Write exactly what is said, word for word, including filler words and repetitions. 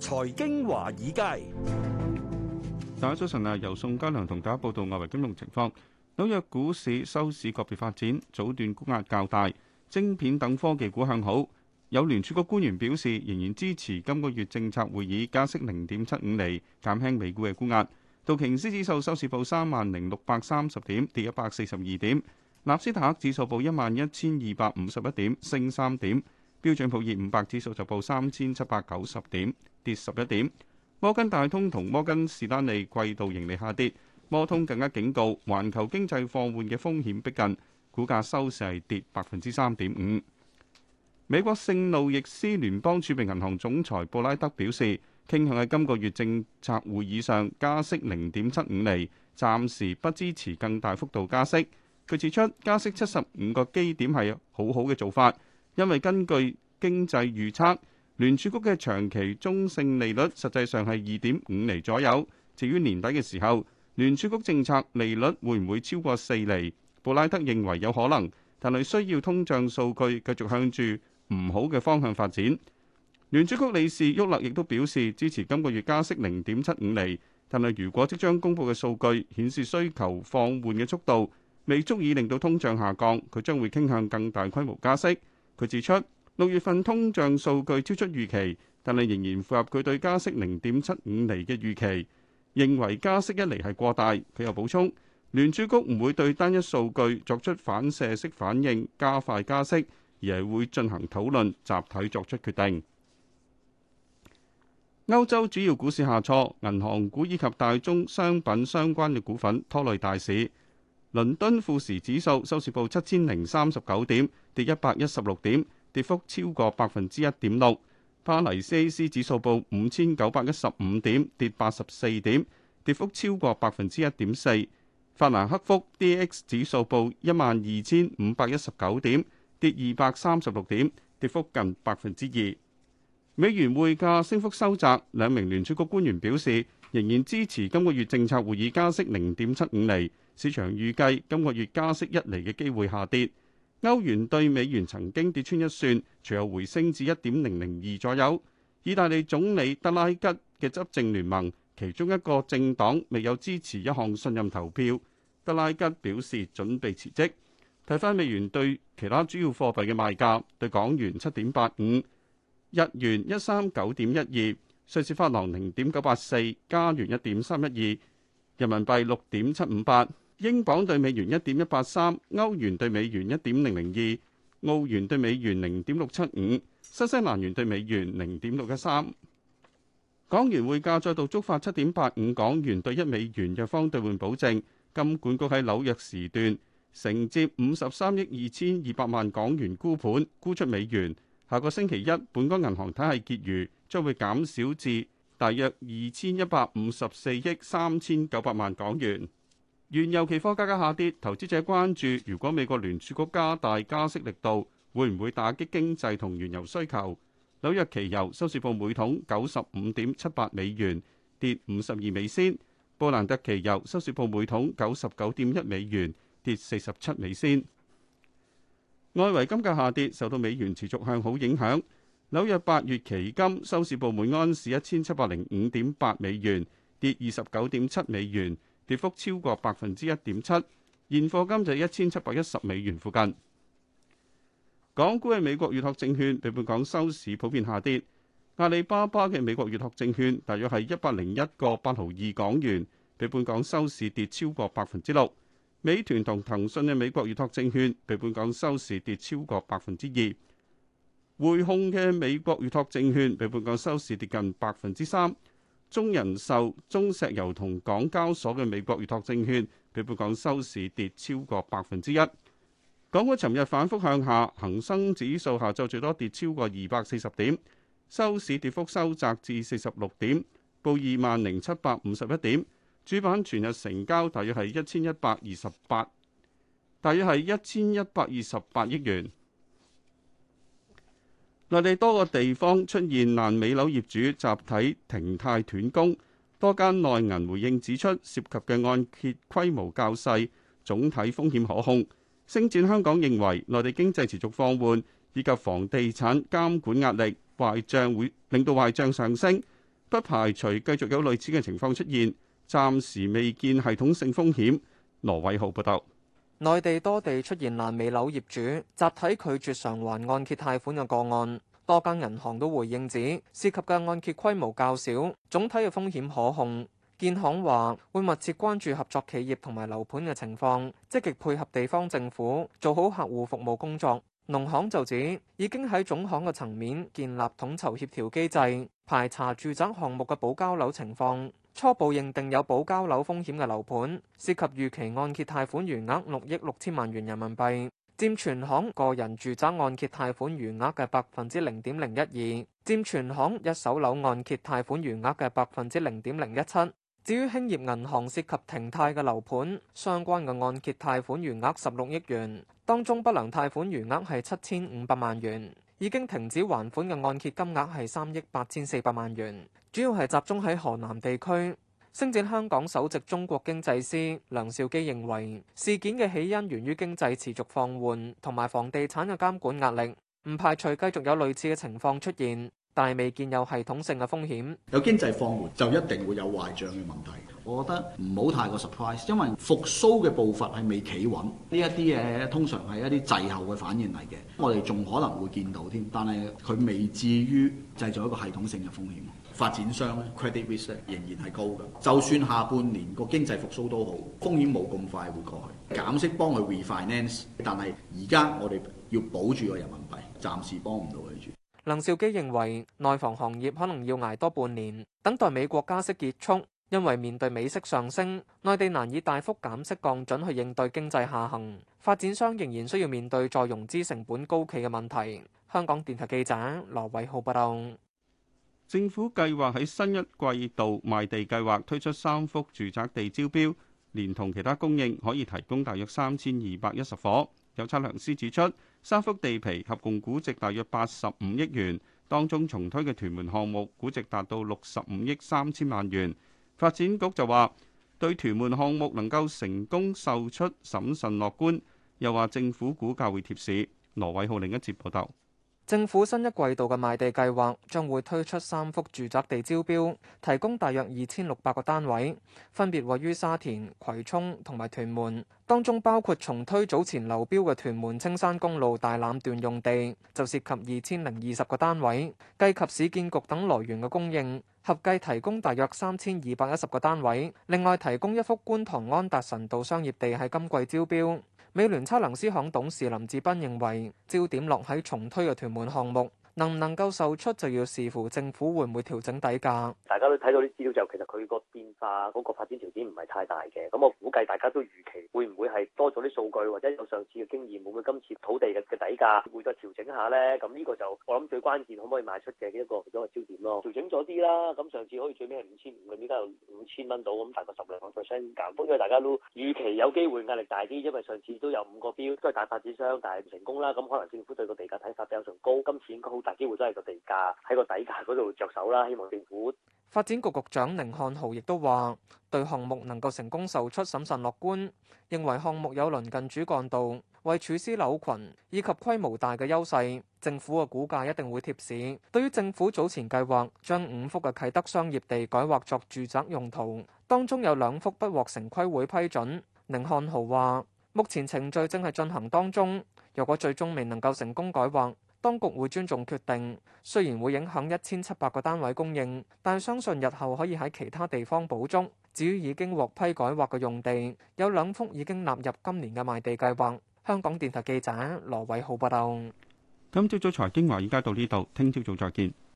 財經華爾街， 大家早晨啊！由宋嘉良同大家報道外圍金融情況。紐約股市收市個別發展，早段沽壓較大，晶片等科技股向好。有聯儲局官員表示，仍然支持今個月政策會議加息零點七五厘，減輕美股嘅沽壓。道瓊斯指數收市報三萬零六百三十點，跌一百四十二點；納斯達克指數報一萬一千二百五十一點，升三點；標準普爾五百指數就報三千七百九十點，跌十一點。摩根大通同摩根士丹利季度盈利下跌，摩通更加警告，環球經濟放緩嘅風險逼近，股價收市係跌百分之三點五。美國聖路易斯聯邦儲備銀行總裁布拉德表示，傾向喺今個月政策會議上加息零點七五厘，暫時不支持更大幅度加息。佢指出，加息七十五個基點係好好嘅做法，因為根據經濟預測，聯儲局嘅長期中性利率實際上係二點五厘左右。至於年底嘅時候，聯儲局政策利率會唔會超過四厘？布拉德認為有可能，但係需要通脹數據繼續向住唔好嘅方向發展。聯儲局理事沃勒亦都表示支持今個月加息零點七五厘，但係如果即將公佈嘅數據顯示需求放緩嘅速度未足以令到通脹下降，佢將會傾向更大規模加息。佢指出，六月份通脹數據超出預期，但係仍然符合佢對加息零點七五厘嘅預期，認為加息一厘係過大。佢又補充，聯儲局唔會對單一數據作出反射式反應，加快加息，而係會進行討論，集體作出決定。歐洲主要股市下挫，銀行股以及大宗商品相關嘅股份拖累大市。倫敦富時指數收市報七千零三十九點，跌一百一十六點，跌幅超過百分之一點六。巴黎 C A C 指數報五千九百一十五點，跌八十四點，跌幅超過百分之一點四。法蘭克福 D X 指數報一萬二千五百一十九點，跌二百三十六點，跌幅近百分之二。美元匯價升幅收窄，兩名聯儲局官員表示仍然支持今個月政策會議加息零點七五厘，市場預計今個月加息一厘嘅機會下跌。歐元對美元曾經跌穿一算，隨後回升至一點零零二左右。意大利總理德拉吉嘅執政聯盟其中一個政黨未有支持一項信任投票，德拉吉表示準備辭職。睇返美元對其他主要貨幣嘅賣價，對港元七點八五。日元一三九點一二，瑞士法郎零點九八四，加元一點三一二，人民幣六點七五八，英鎊對美元一點一八三，歐元對美元一點零零二，澳元對美元零點六七五，新西蘭元對美元零點六一三。港元匯價再度觸發七點八五港元對一美元弱方兌換保證，金管局喺紐約時段承接五十三億二千二百萬港元沽盤沽出美元。下個星期一，本港銀行體系結餘將會減少至大約二千一百五十四億三千九百萬港元。原油期貨價格下跌，投資者關注如果美國聯儲局加大加息力度，會唔會打擊經濟同原油需求？紐約期油收市報每桶九十五點七八美元，跌五十二美仙。布蘭特期油收市報每桶九十九點一美元，跌四十七美仙。外圍金價下跌，受到美元持續向好影響。紐約八月期金收市報每安士一千七百零五點八美元，跌二十九點七美元，跌幅超過百分之一點七。現貨金就一千七百一十美元附近。港股嘅美國預託證券比本港收市普遍下跌。阿里巴巴嘅美國預託證券大約係一百零一個八毫二港元，比本港收市跌超過百分之六。美團同騰訊嘅美國預託證券比本港收市跌超過百分之二，匯控嘅美國預託證券比本港收市跌近百分之三，中人壽、中石油同港交所嘅美國預託證券比本港收市跌超過百分之一。港股尋日反覆向下，恒生指數下晝最多跌超過二百四十點，收市跌幅收窄至四十六點，報二萬零七百五十一點。主板全日成交大約係一千一百二十八，大約係一千一百二十八億元。內地多個地方出現爛尾樓業主集體停貸斷供，多間內銀回應指出，涉及嘅按揭規模較細，總體風險可控。星展香港認為，內地經濟持續放緩，以及房地產監管壓力，壞賬會令到壞賬上升。 不排除繼續有類似嘅情況出現，暫時未見系統性風險。羅偉浩報道。 內地多地出現爛尾樓業主集體拒絕償還按揭貸款嘅個案，多間銀行都回應指涉及嘅按揭規模較少，總體嘅風險可控。建行話會密切關注合作企業同埋樓盤嘅情況，積極配合地方政府做好客戶服務工作。農行就指已經喺總行嘅層面建立統籌協調機制，排查住宅項目嘅保交樓情況，初步認定有保交樓風險嘅樓盤涉及預期按揭貸款餘額六億六千萬元人民幣，佔全行個人住宅按揭貸款餘額嘅百分之零點零一二，佔全行一手樓按揭貸款餘額嘅百分之零點零一七。至於興業銀行涉及停貸嘅樓盤，相關嘅按揭貸款餘額十六億元，當中不良貸款餘額係七千五百萬元，已經停止還款嘅按揭金額係三億八千四百萬元，主要係集中喺河南地區。星展香港首席中國經濟師梁兆基認為，事件嘅起因源於經濟持續放緩同埋房地產嘅監管壓力，唔排除繼續有類似嘅情況出現。但係未見有系統性嘅風險， 有經濟放緩就一定會有壞帳嘅問題。我覺得唔好太過 surprise， 因為復甦嘅步伐係未企穩，呢一啲嘢通常係一啲滯後嘅反應嚟嘅。我哋仲可能會見到添，但係佢未至於製造一個系統性嘅風險。發展商咧 credit risk 仍然係高嘅，就算下半年個經濟復甦都好，風險冇咁快會過去。減息幫佢 refinance， 但係而家我哋要保住個人民幣，暫時幫唔到佢住。 梁兆基認為，內房行業可能要捱多半年，等待美國加息結束，因為面對美息上升，內地難以大幅減息降準去應對經濟下行。發展商仍然需要面對再融資成本高企嘅問題。香港電台記者羅偉浩報道。 政府計劃喺新一季度賣地計劃推出三幅住宅地招標，連同其他供應可以提供大約三千二百一十伙。有測量師指出，三幅地皮合共估值大約八十五億元，當中重推嘅屯門項目估值達到六十五億三千萬元。發展局就話對屯門項目能夠成功售出審慎樂觀，又話政府估價會貼市。羅偉浩另一節報道。 政府新一季度嘅賣地計劃將會推出三幅住宅地招標，提供大約二千六百個單位，分別位於沙田、葵涌同埋屯門。當中包括重推早前流標嘅屯門青山公路大欖段用地，就涉及二千零二十個單位，計及市建局等來源嘅供應，合計提供大約三千二百一十個單位。另外提供一幅觀塘安達臣道商業地喺今季招標。美聯測量師行董事林志斌認為，焦點落喺重推嘅屯門項目，能唔能夠售出就要視乎政府會唔會調整底價。 大家都睇到啲資料就其實佢個變化嗰個發展條件唔係太大嘅，咁我估計大家都預期會唔會係多咗啲數據或者有上次嘅經驗，會唔會今次土地嘅嘅底價會再調整下呢？咁呢個就我諗最關鍵可唔可以賣出嘅一個一個焦點咯。調整咗啲啦，咁上次可以最尾係五千五，咁依家有五千蚊到，咁大概十兩個 percent 減幅，因為大家都預期有機會壓力大啲，因為上次都有五個標都係大發展商，但係唔成功啦。咁可能政府對個地價睇法比較上高，今次應該好大機會都係個地價喺個底價嗰度着手啦。希望政府。 發展局局長寧漢豪亦都話，對項目能夠成功售出審慎樂觀，認為項目有鄰近主幹道、為儲私樓群以及規模大嘅優勢，政府嘅估價一定會貼市。對於政府早前計劃將五幅嘅啟德商業地改劃作住宅用途，當中有兩幅不獲城規會批准，寧漢豪話，目前程序正係進行當中，若果最終未能夠成功改劃，當局會尊重決定，雖然會影響一千七百個單位供應，但相信日後可以喺其他地方補足。至於已經獲批改劃嘅用地，有兩幅已經納入今年嘅賣地計劃。香港電台記者羅偉浩報道。 今朝早財經華爾街到呢度，聽朝早再見。